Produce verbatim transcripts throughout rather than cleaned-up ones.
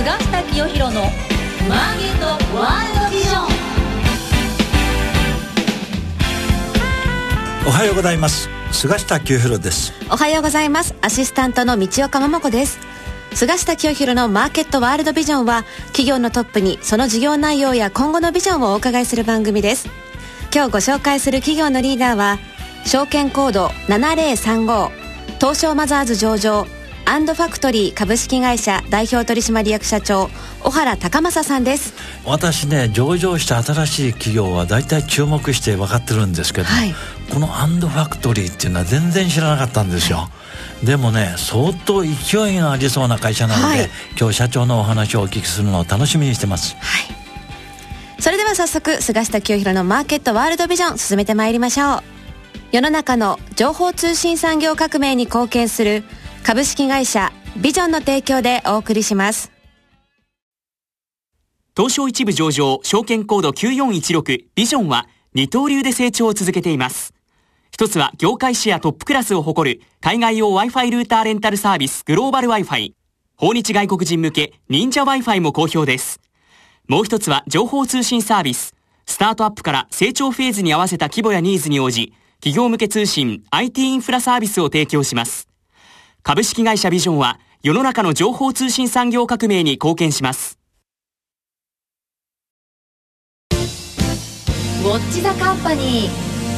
下清弘のマーケットワールドビジョン。 おはようございます。菅下清弘です。 おはようございます。アシスタントの道岡桃子です。菅下清弘のマーケットワールドビジョンは、企業のトップにその事業内容や今後のビジョンをお伺いする番組です。今日ご紹介する企業のリーダーは、証券コードななぜろさんご、東証マザーズ上場アンドファクトリー株式会社代表取締役社長、小原孝正さんです。 私ね、上場した新しい企業は大体注目して分かってるんですけど、はい、このアンドファクトリーっていうのは全然知らなかったんですよ、はい、でもね、相当勢いがありそうな会社なので、はい、今日社長のお話をお聞きするのを楽しみにしてます、 はい、それでは早速、菅下清弘のマーケットワールドビジョン進めてまいりましょう。世の中の情報通信産業革命に貢献する株式会社ビジョンの提供でお送りします。 東証一部上場証券コードきゅうよんいちろくビジョンは二刀流で成長を続けています。一つは業界シェアトップクラスを誇る海外用 Wi-Fi ルーターレンタルサービスグローバル Wi-Fi、 訪日外国人向け忍者 Wi-Fi も好評です。もう一つは情報通信サービス、スタートアップから成長フェーズに合わせた規模やニーズに応じ、企業向け通信 アイティー インフラサービスを提供します。株式会社ビジョンは世の中の情報通信産業革命に貢献します。 ウォッチザカンパニー。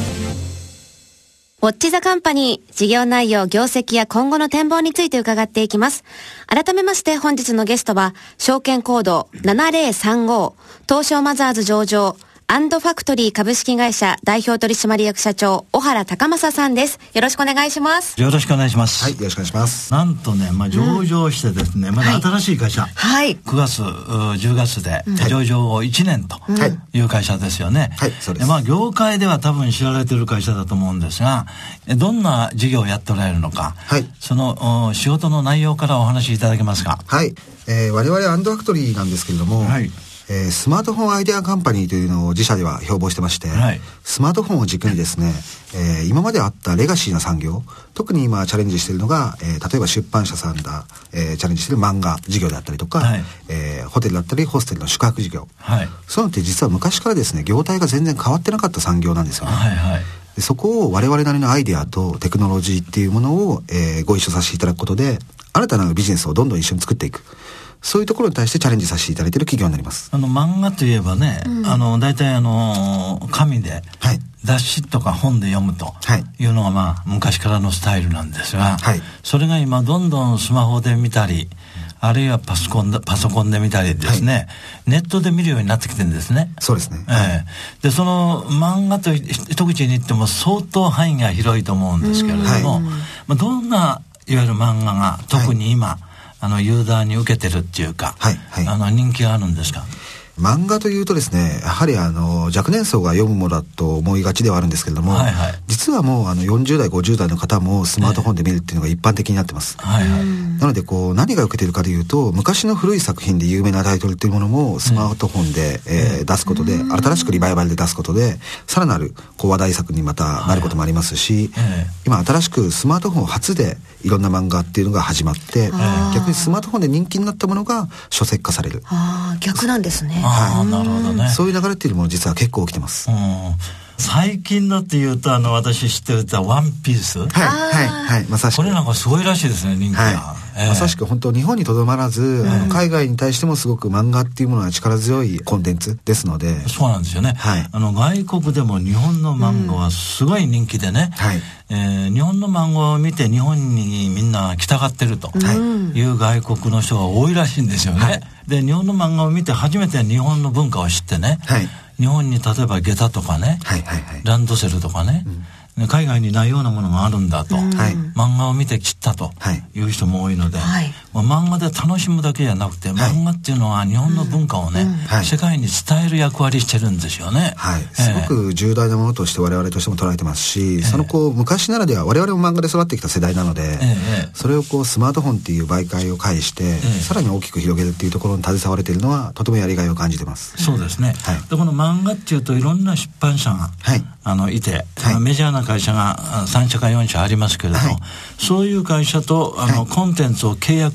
ウォッチザカンパニー、事業内容、業績や今後の展望について伺っていきます。改めまして本日のゲストは、証券コードななぜろさんご、東証マザーズ上場アンドファクトリー株式会社代表取締役社長、小原孝正さんです。よろしくお願いします。 よろしくお願いします。 はい、よろしくお願いします。 なんとね、まあ、上場してですね、うん、まだ新しい会社、はい、くがつじゅうがつで上場後いちねんという会社ですよね、はいはい、そうです。まあ、業界では多分知られている会社だと思うんですが、どんな事業をやっておられるのか、はい、その仕事の内容からお話しいただけますか。 はい、えー、我々アンドファクトリーなんですけれども、はい、えー、スマートフォンアイデアカンパニーというのを自社では標榜してまして、はい、スマートフォンを軸にですね、えー、今まであったレガシーな産業、特に今チャレンジしているのが、えー、例えば出版社さんだ、えー、チャレンジしている漫画事業であったりとか、はい、えー、ホテルだったりホステルの宿泊事業、はい、そういうのって実は昔からですね、業態が全然変わってなかった産業なんですよね、はいはい、でそこを我々なりのアイデアとテクノロジーっていうものを、えー、ご一緒させていただくことで、新たなビジネスをどんどん一緒に作っていく、そういうところに対してチャレンジさせていただいている企業になります。 あの漫画といえばね、うん、あの大体あの紙で、はい、雑誌とか本で読むというのが、まあ、昔からのスタイルなんですが、はい、それが今どんどんスマホで見たり、あるいはパソコンで、パソコンで見たりですね、はい、ネットで見るようになってきてるんですね。 そうですね、 えー、でその漫画と一口に言っても相当範囲が広いと思うんですけれども、はい、まあ、どんないわゆる漫画が特に今、はい、あのユーザーに受けてるっていうか、はいはい、あの人気があるんですか。 漫画というとですね、やはりあの若年層が読むものだと思いがちではあるんですけれども、はいはい、実はもうあのよんじゅう代ごじゅう代の方もスマートフォンで見るっていうのが一般的になってます、はいはい、なのでこう何が受けてるかというと、昔の古い作品で有名なタイトルっていうものもスマートフォンで、えー、出すことで、新しくリバイバルで出すことで、さらなるこう話題作にまたなることもありますし、はいはい、今新しくスマートフォン初でいろんな漫画っていうのが始まって、逆にスマートフォンで人気になったものが書籍化される。 あ、逆なんですね。 はい、なるほどね。 そういう流れっていうのも実は結構起きてます。うん、 最近のっていうと、あの私知ってるとワンピース、はいはいはい、まさしくこれなんかすごいらしいですね、人気が、はい、 えー、まさしく本当日本にとどまらず、うん、あの海外に対してもすごく漫画っていうものは力強いコンテンツですので。 そうなんですよね、はい、あの外国でも日本の漫画はすごい人気でね、うん、はい、えー、日本の漫画を見て日本にみんな来たがってるという外国の人が多いらしいんですよね、はい、で日本の漫画を見て初めて日本の文化を知ってね、はい、日本に例えば下駄とかね、はいはいはい、ランドセルとかね、うん、海外にないようなものがあるんだと、うん、漫画を見て知ったという人も多いので、はい、まあ、漫画で楽しむだけじゃなくて、はい、漫画っていうのは日本の文化をね、うん、世界に伝える役割してるんですよね、 はい、えー、すごく重大なものとして我々としても捉えてますし、えー、そのこう昔ならでは我々も漫画で育ってきた世代なので、えー、それをこうスマートフォンっていう媒介を介して、えー、さらに大きく広げるっていうところに携われているのはとてもやりがいを感じてます。 そうですね、はい、でこの漫画っていうといろんな出版社が、はい、あのいて、はい、メジャーな会社がさん社かよん社ありますけれども、はい、そういう会社とあの、はい、コンテンツを契約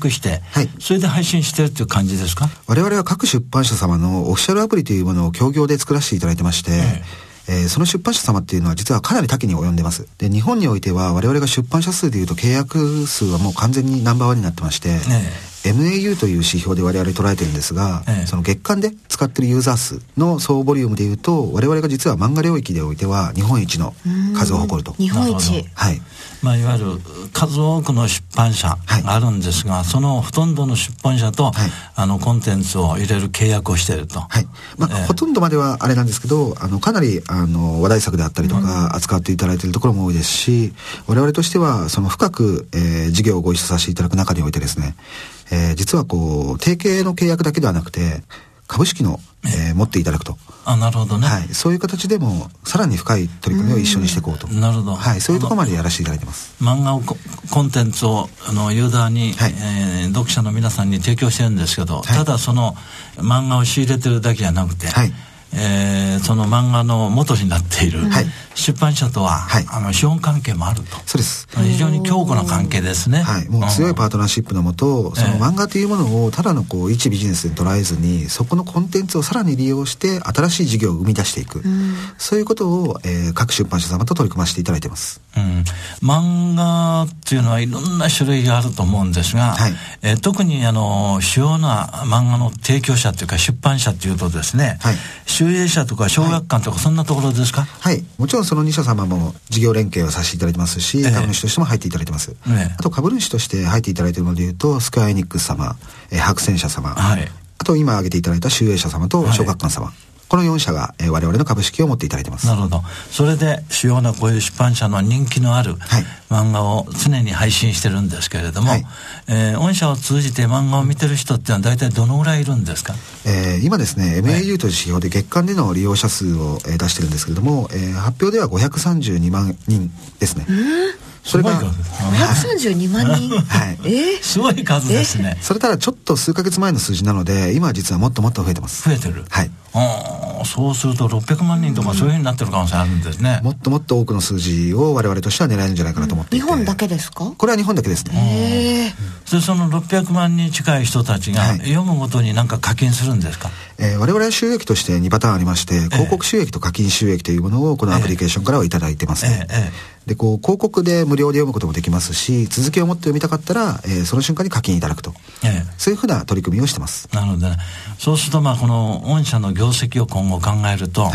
約して、はい、それで配信してるっていう感じですか？ 我々は各出版社様のオフィシャルアプリというものを協業で作らせていただいてまして、えええー、その出版社様っていうのは実はかなり多岐に及んでます。で、日本においては我々が出版社数でいうと契約数はもう完全にナンバーワンになってまして、ええエムエーユー という指標で我々捉えてるんですが、ええ、その月間で使ってるユーザー数の総ボリュームでいうと我々が実は漫画領域でおいては日本一の数を誇ると。 日本一、 はい、まあ、いわゆる数多くの出版社があるんですが、はい、そのほとんどの出版社と、はい、あのコンテンツを入れる契約をしていると、 はい、まあええ、ほとんどまではあれなんですけど、あのかなりあの話題作であったりとか扱っていただいているところも多いですし、我々としてはその深く、えー、事業をご一緒させていただく中においてですね、えー、実はこう提携の契約だけではなくて株式の、えー、持っていただくと。 あ、なるほどね、 はい、そういう形でもさらに深い取り組みを一緒にしていこうと。 なるほど、 はい、そういうところまでやらせていただいてます。 漫画をコンテンツをあのユーザーに、はい、えー、読者の皆さんに提供してるんですけど、はい、ただその漫画を仕入れてるだけじゃなくて、はい、えー、その漫画の元になっている、はい、出版社とは、はい、あの資本関係もあると。 そうです。 非常に強固な関係ですね。 はい、もう強いパートナーシップのもと、その漫画というものをただのこう一ビジネスで捉えずに、そこのコンテンツをさらに利用して新しい事業を生み出していく、そういうことを、えー、各出版社様と取り組ませていただいています。 うん、漫画っていうのはいろんな種類があると思うんですが、はい、えー、特にあの主要な漫画の提供者というか出版社というとですね、はい、集英社とか小学館とかそんなところですか？ はい、はい、もちろんそのに社様も事業連携をさせていただいてますし、えー、株主としても入っていただいてます、えー、あと株主として入っていただいているのでいうとスクエアエニックス様、えー、白泉社様、はい、あと今挙げていただいた集英社様と小学館様、はい、このよん社が、えー、我々の株式を持っていただいてます。 なるほど。それで主要なこういう出版社の人気のある漫画を常に配信してるんですけれども、はい、えー、御社を通じて漫画を見てる人ってのは大体どのぐらいいるんですか？ えー、今ですね エムエーユー という指標で月間での利用者数を、えー、出してるんですけれども、えー、発表ではごひゃくさんじゅうにまんにんですね。 それがごひゃくさんじゅうにまんにん、 はい、 えー、すごい数ですね。 それただちょっと数ヶ月前の数字なので今は実はもっともっと増えてます。 増えてる。 はい。 あ、そうするとろっぴゃくまんにんとかそういうふうになってる可能性あるんですね。 もっともっと多くの数字を我々としては狙えるんじゃないかなと思っていて、 日本だけですか？ これは日本だけですね。 へー。でそのろっぴゃくまんにん近い人たちが読むごとに何か課金するんですか？ えー、我々は収益としてにパターンありまして、広告収益と課金収益というものをこのアプリケーションからはいただいてますね。えーえー、でこう広告で無料で読むこともできますし、続きをもって読みたかったら、えー、その瞬間に課金いただくと、えー、そういうふうな取り組みをしてます。 なるほどね。そうするとまあこの御社の業績を今後考えると、はい、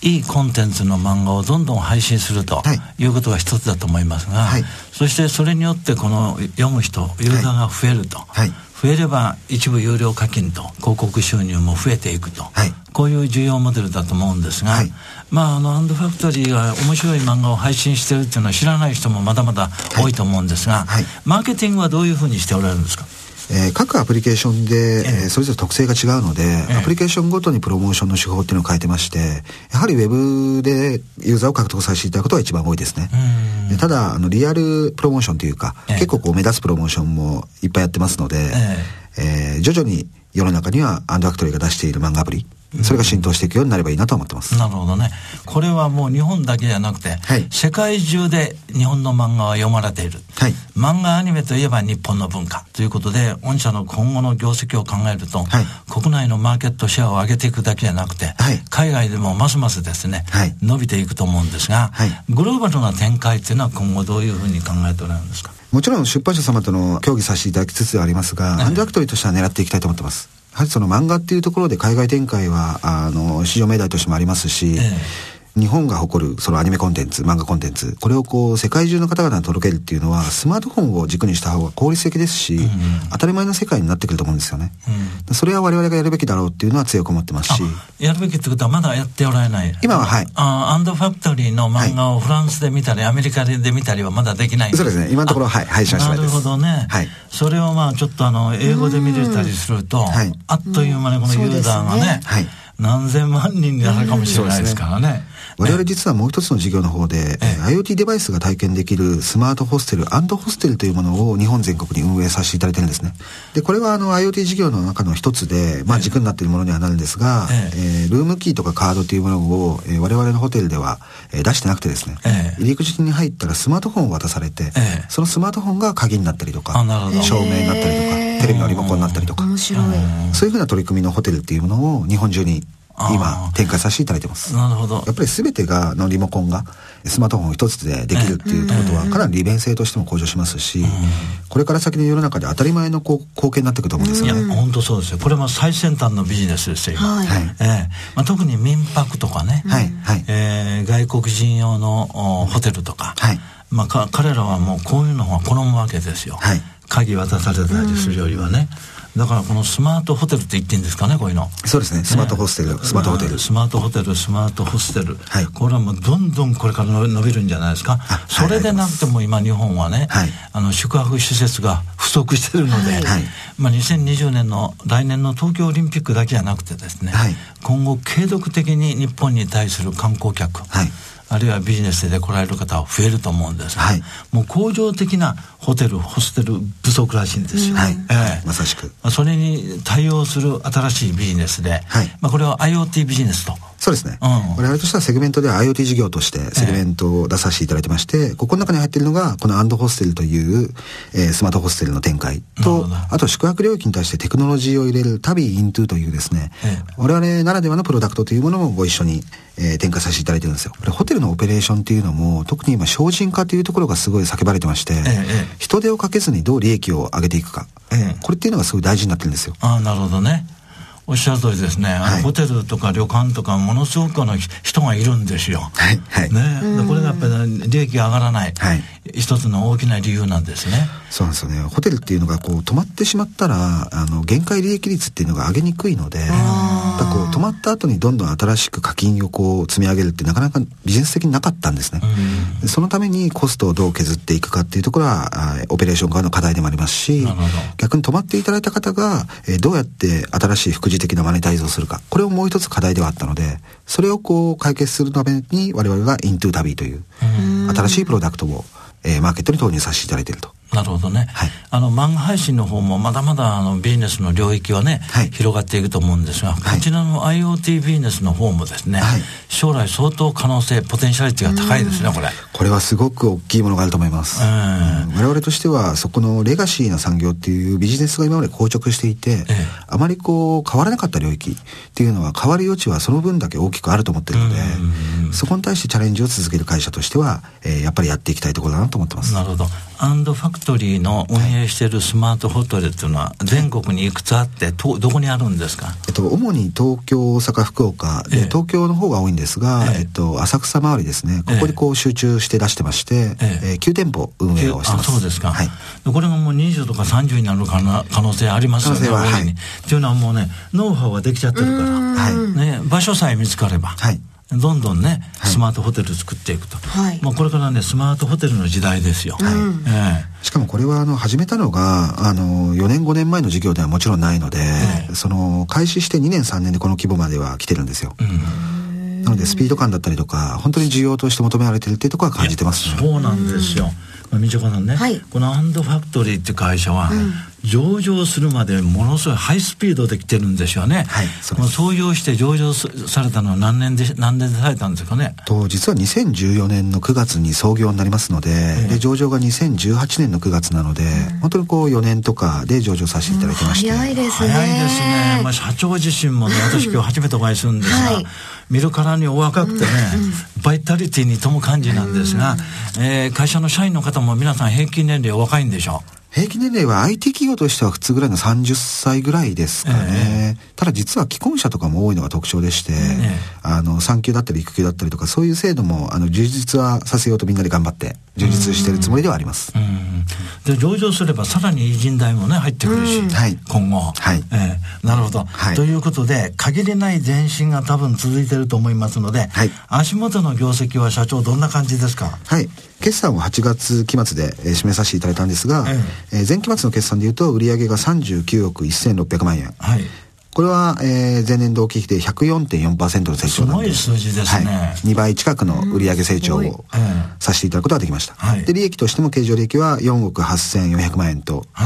いいコンテンツの漫画をどんどん配信するということが一つだと思いますが、はい、そしてそれによってこの読む人ユーザーが増えると、はいはい、増えれば一部有料課金と広告収入も増えていくと、はい、こういう需要モデルだと思うんですが、はい、まああのアンドファクトリーが面白い漫画を配信してるっていうのは知らない人もまだまだ多いと思うんですが、はいはい、マーケティングはどういうふうにしておられるんですか？ えー、各アプリケーションで、えー、それぞれ特性が違うので、えー、アプリケーションごとにプロモーションの手法っていうのを変えてまして、やはりウェブでユーザーを獲得させていただくことが一番多いですね。でただあのリアルプロモーションというか、えー、結構こう目立つプロモーションもいっぱいやってますので、えーえー、徐々に世の中にはアンドファクトリーが出している漫画アプリ、それが浸透していくようになればいいなと思ってます。 なるほどね。これはもう日本だけじゃなくて、はい、世界中で日本の漫画は読まれている、はい、漫画アニメといえば日本の文化ということで、御社の今後の業績を考えると、はい、国内のマーケットシェアを上げていくだけじゃなくて、はい、海外でもますますですね、はい、伸びていくと思うんですが、はい、グローバルな展開っていうのは今後どういうふうに考えておられるんですか？ もちろん出版社様との協議させていただきつつありますが、はい、アンドファクトリーとしては狙っていきたいと思ってます。やはりその漫画っていうところで海外展開はあの市場命題としてもありますし、ええ、日本が誇るそのアニメコンテンツ、漫画コンテンツ、これをこう世界中の方々に届けるっていうのはスマートフォンを軸にした方が効率的ですし、うんうん、当たり前の世界になってくると思うんですよね、うん、それは我々がやるべきだろうっていうのは強く思ってますし。 やるべきってことはまだやっておられない？ 今ははいあアンドファクトリーの漫画をフランスで見たり、はい、アメリカで見たりはまだできないんです。 そうですね、今のところはい配信はしてないです。 なるほどね、はい、それをまあちょっとあの英語で見れたりすると、はい、あっという間にこのユーザーがね、ね、はい、何千万人になるかもしれないですからね。 我々実はもう一つの事業の方で、ええ、IoT デバイスが体験できるスマートホステル&ホステルというものを日本全国に運営させていただいてるんですね。でこれはあの IoT 事業の中の一つで、まあ、軸になっているものにはなるんですが、えええー、ルームキーとかカードというものを、えー、我々のホテルでは、えー、出してなくてですね、ええ、入り口に入ったらスマートフォンを渡されて、ええ、そのスマートフォンが鍵になったりとか照明になったりとか、 テレビのリモコンになったりとか、 面白い。 そういうふうな取り組みのホテルっていうものを日本中に今展開させていただいてます。 なるほど。 やっぱり全てがのリモコンがスマートフォン一つでできるっていうことはかなり利便性としても向上しますし、これから先の世の中で当たり前のこう貢献になっていくと思うんですよね。 いや本当そうですよ。これも最先端のビジネスですよ今。はい、えーまあ、特に民泊とかね、はいはいえー、外国人用のホテルとか、はいまあ、か彼らはもうこういうのが好むわけですよ、はい、鍵渡されたりするよりはね。だからこのスマートホテルって言ってんですかね、こういうの。 そうですね、スマートホステル、ね、スマートホテル、 スマートホテル、スマートホステル、はい、これはもうどんどんこれから伸びるんじゃないですか。それでなくても今日本はね、はい、あの宿泊施設が不足してるので、はいまあ、にせんにじゅうねんの来年の東京オリンピックだけじゃなくてですね、はい、今後継続的に日本に対する観光客、はいあるいはビジネスで来られる方は増えると思うんです、はい、もう恒常的なホテルホステル不足らしいんですよ、 はいえー、まさしくそれに対応する新しいビジネスで、はいまあ、これは IoT ビジネスとそうですね、うん、我々としてはセグメントでは IoT 事業としてセグメントを出させていただいてまして、えー、ここの中に入っているのがこのアンドホステルという、えー、スマートホステルの展開とあと宿泊領域に対してテクノロジーを入れるタビーイントゥというですね、えー、我々ならではのプロダクトというものもご一緒に、えー、展開させていただいてるんですよ。これホテルのオペレーションっていうのも特に今精進化というところがすごい叫ばれてまして、えーえー、人手をかけずにどう利益を上げていくか、えー、これっていうのがすごい大事になってるんですよ。 ああなるほどね。おっしゃる通りですね、はい、あのホテルとか旅館とかものすごくの人がいるんですよ、はいはいね、これがやっぱり利益が上がらない、はい、一つの大きな理由なんですね。 そうなんですよね。ホテルっていうのがこう泊まってしまったらあの限界利益率っていうのが上げにくいので、やっぱこう泊まった後にどんどん新しく課金をこう積み上げるってなかなかビジネス的になかったんですね。そのためにコストをどう削っていくかっていうところはオペレーション側の課題でもありますし、逆に泊まっていただいた方が、えー、どうやって新しい副次的なマネタイズをするか、これをもう一つ課題ではあったので、それをこう解決するために我々がイントゥタビーという新しいプロダクトを、えー、マーケットに投入させていただいていると。 なるほどね、はい、あの漫画配信の方もまだまだあのビジネスの領域はね、はい、広がっていくと思うんですが、はい、こちらの IoT ビジネスの方もですね、はい、将来相当可能性ポテンシャリティが高いですね。これこれはすごく大きいものがあると思います、うん、我々としてはそこのレガシーな産業っていうビジネスが今まで硬直していて、ええ、あまりこう変わらなかった領域っていうのは変わる余地はその分だけ大きくあると思っているので、そこに対してチャレンジを続ける会社としては、えー、やっぱりやっていきたいところだなと思ってます。 なるほど。アンドファクトリーの運営しているスマートホテルっていうのは全国にいくつあって、とどこにあるんですか？ えっと、主に東京、大阪、福岡で、ええ、東京の方が多いんですが、えええっと、浅草周りですね、ここにこう集中して出してまして、えええー、きゅう店舗運営をしてます。 あ、そうですか、はい、これがもうにじゅうとかさんじゅうになるかな可能性ありますよね。可能性は、はい、っていうのはもうねノウハウができちゃってるから、はいね、場所さえ見つかれば、はいどんどんね、はい、スマートホテル作っていくと、はいまあ、これからねスマートホテルの時代ですよ、はいえー、しかもこれはあの始めたのがあのよねんごねんまえの事業ではもちろんないので、えー、その開始してにねんさんねんでこの規模までは来てるんですよ、うんなのでスピード感だったりとか本当に需要として求められてるっていうところは感じてますね。 そうなんですよ。まあ、みちおかさんね、はい、このアンドファクトリーっていう会社は、うん上場するまでものすごいハイスピードで来てるんですよね。はい、そう創業して上場されたのは何年で何年でされたんですかね。 と実はにせんじゅうよねんのくがつに創業になりますので、えー、で上場がにせんじゅうはちねんのくがつなので、うん、本当にこうよねんとかで上場させていただきまして、うん、 早いですね。 早いですね。まあ、社長自身もね私今日初めてお会いするんですが、はい、見るからにお若くてね、うんうん、バイタリティに富む感じなんですが、うんえー、会社の社員の方も皆さん平均年齢お若いんでしょう。 平均年齢は アイティー 企業としては普通ぐらいのさんじゅっさいぐらいですかね、えー、ただ実は既婚者とかも多いのが特徴でして、えー、あの産休だったり育休だったりとかそういう制度もあの充実はさせようとみんなで頑張って充実しているつもりではあります。うんうんで上場すればさらにいい人材もね入ってくるし、うん、今後、はいえー、なるほど、はい、ということで限りない前進が多分続いていると思いますので、はい、足元の業績は社長どんな感じですか？ はい決算をはちがつき末で、えー、締めさせていただいたんですが、えええー、前期末の決算でいうと売上がさんじゅうきゅうおくせんろっぴゃくまんえん、はい、これは、えー、前年同期比で ひゃくよんてんよんパーセント の成長なので、 すごい数字ですね、はい、 にばい近くの売上成長をさせていただくことができました、はい、で利益としても経常利益はよんおくはっせんよんひゃくまんえんと、はい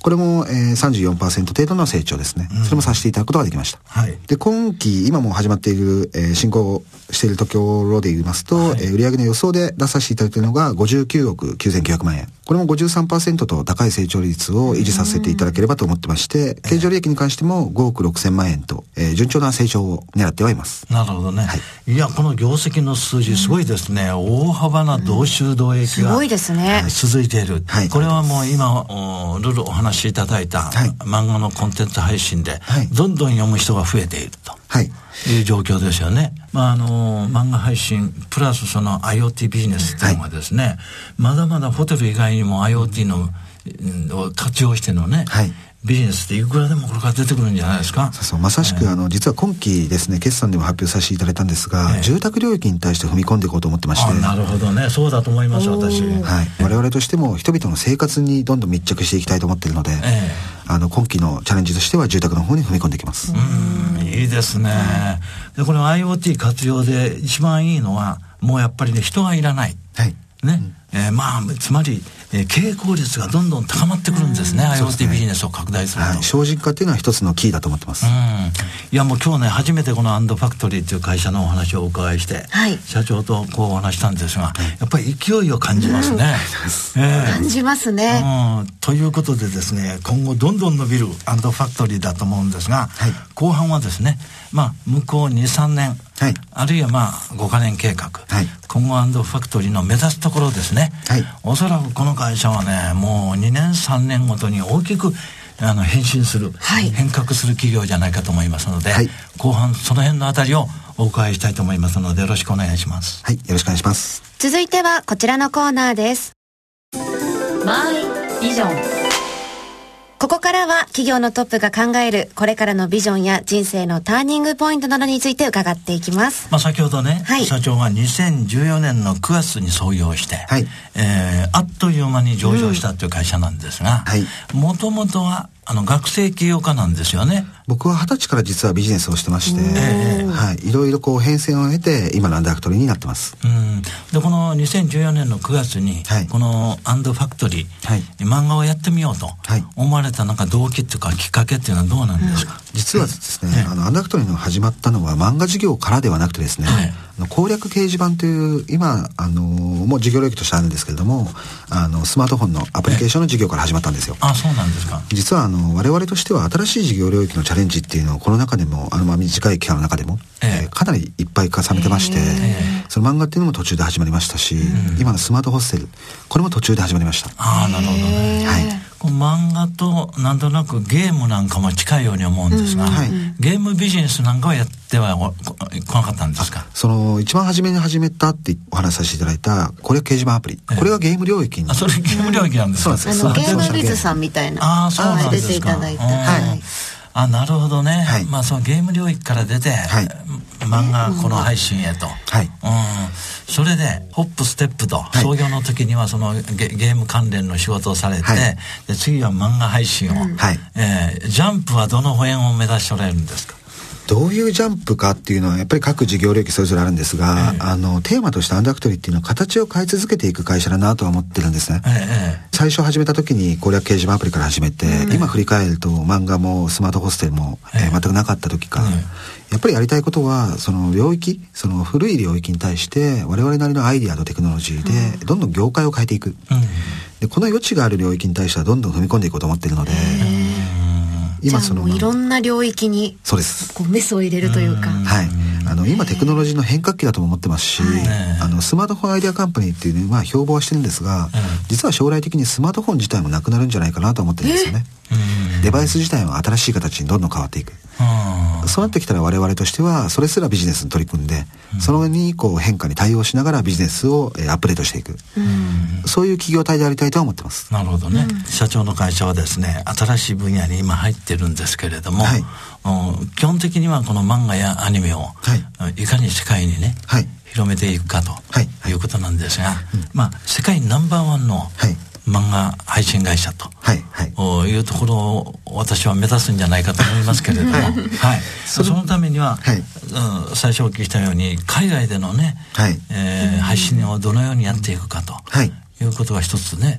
これも、えー、さんじゅうよんパーセント 程度の成長ですね、うん、それもさせていただくことができました、はい、で今期今も始まっている、えー、進行しているところで言いますと、はい、えー、売上の予想で出させていただいているのがごじゅうきゅうおくきゅうせんきゅうひゃくまんえん、これも ごじゅうさんパーセント と高い成長率を維持させていただければと思ってまして、経常利益に関してもごおくろくせんまんえんと、えー、順調な成長を狙ってはいます。 なるほどね、はい、いやこの業績の数字すごいですね、うん、大幅な同収同益が、 すごいですね、 続いている、はい、これはもう今ルールお話しいただいた、はい、漫画のコンテンツ配信で、はい、どんどん読む人が増えていると、はい、いう状況ですよね。まああの漫画配信プラスその IoT ビジネスっていうのはですね、はい、まだまだホテル以外にも IoT の、うん、を活用してのね、はい、ビジネスっていくらでもこれから出てくるんじゃないですか。 そうそう、まさしく、えー、あの実は今期ですね決算でも発表させていただいたんですが、えー、住宅領域に対して踏み込んでいこうと思ってまして。あ、 なるほどね、そうだと思います私、 はい、我々としても人々の生活にどんどん密着していきたいと思っているので、えー、あの今期のチャレンジとしては住宅の方に踏み込んでいきます。 うん、いいですね、うん、でこの IoT 活用で一番いいのはもうやっぱりね人がいらない、はいね、うん、えー、まあつまり、えー、経営効率がどんどん高まってくるんですね、うん、IoT ビジネスを拡大すると、はい、 省人化っていうのは一つのキーだと思ってます。うん、 いやもう今日ね初めてこのアンドファクトリーという会社のお話をお伺いして、はい、社長とこうお話したんですが、はい、やっぱり勢いを感じますね、 うん、えー、感じますね、 うん、ということでですね今後どんどん伸びるアンドファクトリーだと思うんですが、はい、後半はですねまあ向こう にさんねん、はい、あるいはまあごかねん計画、はい、今後アンドファクトリーの目指すところですね、はい、おそらくこの会社はねもうにねんさんねんごとに大きくあの変身する、はい、変革する企業じゃないかと思いますので、はい、後半その辺のあたりをお伺いしたいと思いますのでよろしくお願いします。 はい、よろしくお願いします。 続いてはこちらのコーナーです。 マイビジョン。 ここからは企業のトップが考えるこれからのビジョンや人生のターニングポイントなどについて伺っていきます。 まあ、先ほどね、はい、社長がにせんじゅうよねんのくがつに創業して、はい、えー、あっという間に上場したという会社なんですが、もともとはあの学生起業家なんですよね。 僕は二十歳から実はビジネスをしてまして、えー、はい、いろいろこう変遷を経て今のアンドファクトリーになってます。 うん、でこのにせんじゅうよねんのくがつに、はい、このアンドファクトリー、はい、漫画をやってみようと思われたなんか動機っていうかきっかけっていうのはどうなんですか。うん、 実はですね、あのアンドファクトリーの始まったのは漫画事業からではなくてですね、はい、あの攻略掲示板という今あのもう事業領域としてあるんですけれども、あのスマートフォンのアプリケーションの事業から始まったんですよ。 あ、そうなんですか。 実はあの我々としては新しい事業領域のチャレンジっていうのをこの中でもあのまあ短い期間の中でも、えー、かなりいっぱい重ねてまして、えー、その漫画っていうのも途中で始まりましたし、うん、今のスマートホステルこれも途中で始まりました。 ああ、なるほどね。はい。漫画となんとなくゲームなんかも近いように思うんですが、うん、はい、ゲームビジネスなんかはやっては来なかったんですか。 その一番初めに始めたってお話しさせていただいた攻略掲示板アプリ、ええ、これがゲーム領域に、 あ、それゲーム領域なんですか。うん、 そうです。あのゲームビズさんみたいな、あ、そうなんですか。出ていただいた、はい、 あ、なるほどね、はい、まあそのゲーム領域から出て、はい、漫画この配信へと、はい、うん、それでホップステップと、はい、創業の時にはその ゲ, ゲーム関連の仕事をされて、はい、で次は漫画配信を、うん、はい、えー、ジャンプはどの辺を目指しておられるんですか。 どういうジャンプかっていうのはやっぱり各事業領域それぞれあるんですが、ええ、あのテーマとしてアンドファクトリーっていうのは形を変え続けていく会社だなとは思ってるんですね。ええ、最初始めた時に攻略掲示板アプリから始めて、ええ、今振り返ると漫画もスマートホステルも、ええ、全くなかった時か、ええ、やっぱりやりたいことはその領域、その古い領域に対して我々なりのアイデアとテクノロジーでどんどん業界を変えていく、うん、でこの余地がある領域に対してはどんどん踏み込んでいこうと思っているので、 今そのいろんな領域にそうですこうメスを入れるというか、 はい、あの今テクノロジーの変革期だと思ってますし、あのスマートフォンアイデアカンパニーっていうのは標榜はしてるんですが、実は将来的にスマートフォン自体もなくなるんじゃないかなと思ってるんですよね。デバイス自体は新しい形にどんどん変わっていく。そうなってきたら我々としてはそれすらビジネスに取り組んで、その上にこう変化に対応しながらビジネスを、えー、アップデートしていく、そういう企業体でありたいとは思ってます。なるほどね、うん、 社長の会社はですね新しい分野に今入ってるんですけれども、はい、基本的にはこの漫画やアニメを、はい、いかに世界にね、はい、広めていくかということなんですが、はいはい、まあ世界ナンバーワンの、はい、漫画配信会社と、はいはい、いうところを私は目指すんじゃないかと思いますけれども、はい、そ, そのためには、はい、うん、最初お聞きしたように海外でのね、はい、えー、配信をどのようにやっていくかと、はい、いうことが一つね、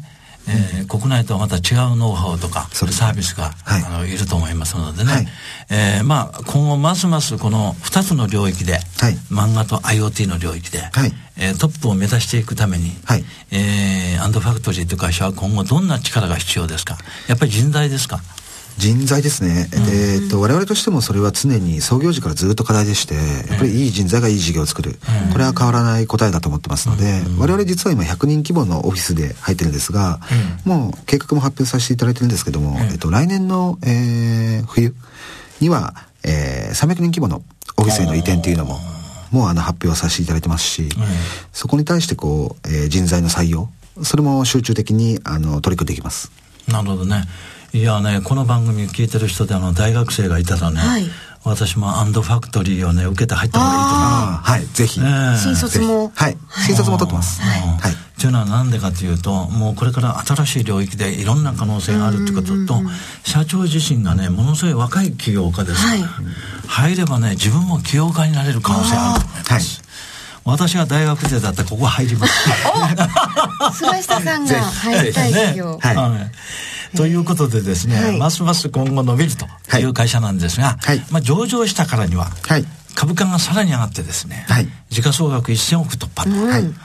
えー、国内とはまた違うノウハウとかサービスが、はい、あのいると思いますのでね、はい、えー、まあ今後ますますこのふたつの領域で、はい、漫画と IoT の領域で、はい、えー、トップを目指していくために、はい、えー、アンドファクトリーという会社は今後どんな力が必要ですか？やっぱり人材ですか？ 人材ですね、うん、えー、っと我々としてもそれは常に創業時からずっと課題でして、やっぱりいい人材がいい事業を作る、うん、これは変わらない答えだと思ってますので、うん、我々実は今ひゃくにん規模のオフィスで入ってるんですが、うん、もう計画も発表させていただいてるんですけども、うん、えっと、来年の、えー、冬には、えー、さんびゃくにん規模のオフィスへの移転というのももうあの発表させていただいてますし、うん、そこに対してこう、えー、人材の採用、それも集中的にあの取り組んでいきます。 なるほどね。いやね、この番組聞いてる人であの大学生がいたらね、はい、私もアンドファクトリーをね受けて入った方がいいと思う。 はい、ぜひ、えー、 新卒も、 はい、新卒も取ってます。はい、はい、 というのはなんでかというと、もうこれから新しい領域でいろんな可能性があるということと、社長自身がねものすごい若い起業家ですから、はい、入ればね自分も起業家になれる可能性があると思います。はい、私が大学生だったらここ入ります。 菅下さんが入りたい企業、ね、はい、はい、 ということでですね、はい、ますます今後伸びるという会社なんですが、はい、まあ、上場したからには、はい、株価がさらに上がってですね、はい、時価総額せんおく突破と、はい、うん、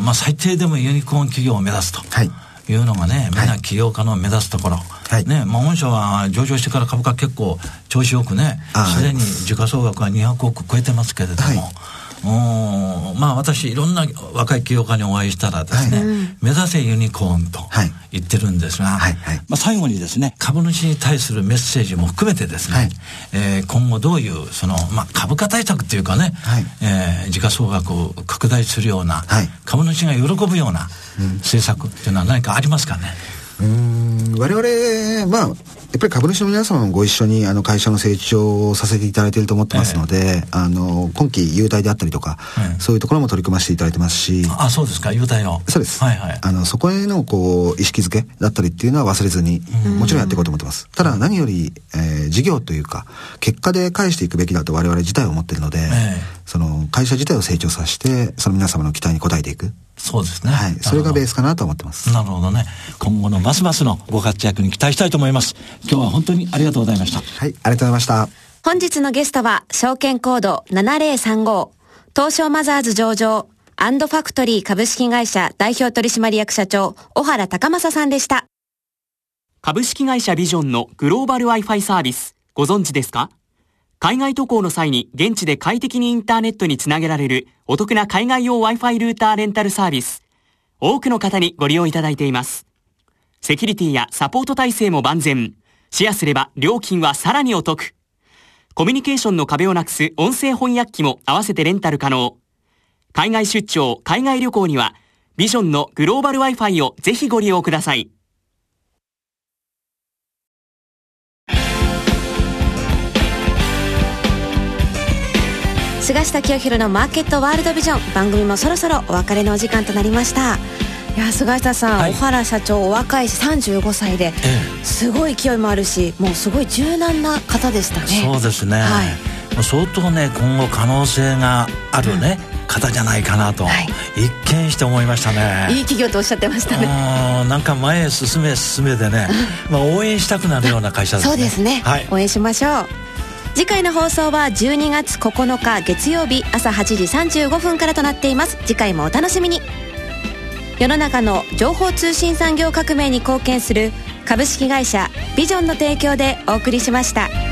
まあ、最低でもユニコーン企業を目指すというのがね、みんな起業家の目指すところ、はい、ね、まあ、御社は上場してから株価結構調子よくね、すでに時価総額はにひゃくおく超えてますけれども、はい、おまあ私いろんな若い起業家にお会いしたらですね、はい、目指せユニコーンと言ってるんですが、はいはい、まあ、最後にですね株主に対するメッセージも含めてですね、はい、えー、今後どういうその、まあ、株価対策っていうかね、はい、えー、時価総額を拡大するような、はい、株主が喜ぶような政策っていうのは何かありますかね？ うーん、我々まあやっぱり株主の皆様もご一緒にあの会社の成長をさせていただいていると思ってますので、ええ、あの今期優待であったりとか、ええ、そういうところも取り組ませていただいてますし。 あ、そうですか、優待を。 そうです、はいはい、あのそこへのこう意識づけだったりっていうのは忘れずにもちろんやっていこうと思ってます。ただ何より、えー、事業というか結果で返していくべきだと我々自体は思っているので、ええ、その会社自体を成長させてその皆様の期待に応えていく。 そうですね、 はい、それがベースかなと思ってます。 なるほどね。今後のますますのご活躍に期待したいと思います。今日は本当にありがとうございました。 はい、ありがとうございました。 本日のゲストは証券コードななぜろさんご東証マザーズ上場アンドファクトリー株式会社代表取締役社長小原高正さんでした。 株式会社ビジョンのグローバル Wi-Fi サービスご存知ですか？海外渡航の際に現地で快適にインターネットにつなげられるお得な海外用 Wi-Fi ルーターレンタルサービス。多くの方にご利用いただいています。セキュリティやサポート体制も万全。シェアすれば料金はさらにお得。コミュニケーションの壁をなくす音声翻訳機も合わせてレンタル可能。海外出張、海外旅行にはビジョンのグローバル Wi-Fi をぜひご利用ください。 菅下清弘のマーケットワールドビジョン、番組もそろそろお別れのお時間となりました。いや菅下さん、はい、小原社長お若いしさんじゅうごさいで、ええ、すごい勢いもあるしもうすごい柔軟な方でしたね。 そうですね、はい、相当ね今後可能性があるね、うん、方じゃないかなと、はい、一見して思いましたね。 いい企業とおっしゃってましたね。 なんか前へ進め進めでね、まあ、応援したくなるような会社ですね。 そうですね、はい、応援しましょう。次回の放送はじゅうにがつここのか月曜日朝はちじさんじゅうごふんからとなっています。次回もお楽しみに。世の中の情報通信産業革命に貢献する株式会社ビジョンの提供でお送りしました。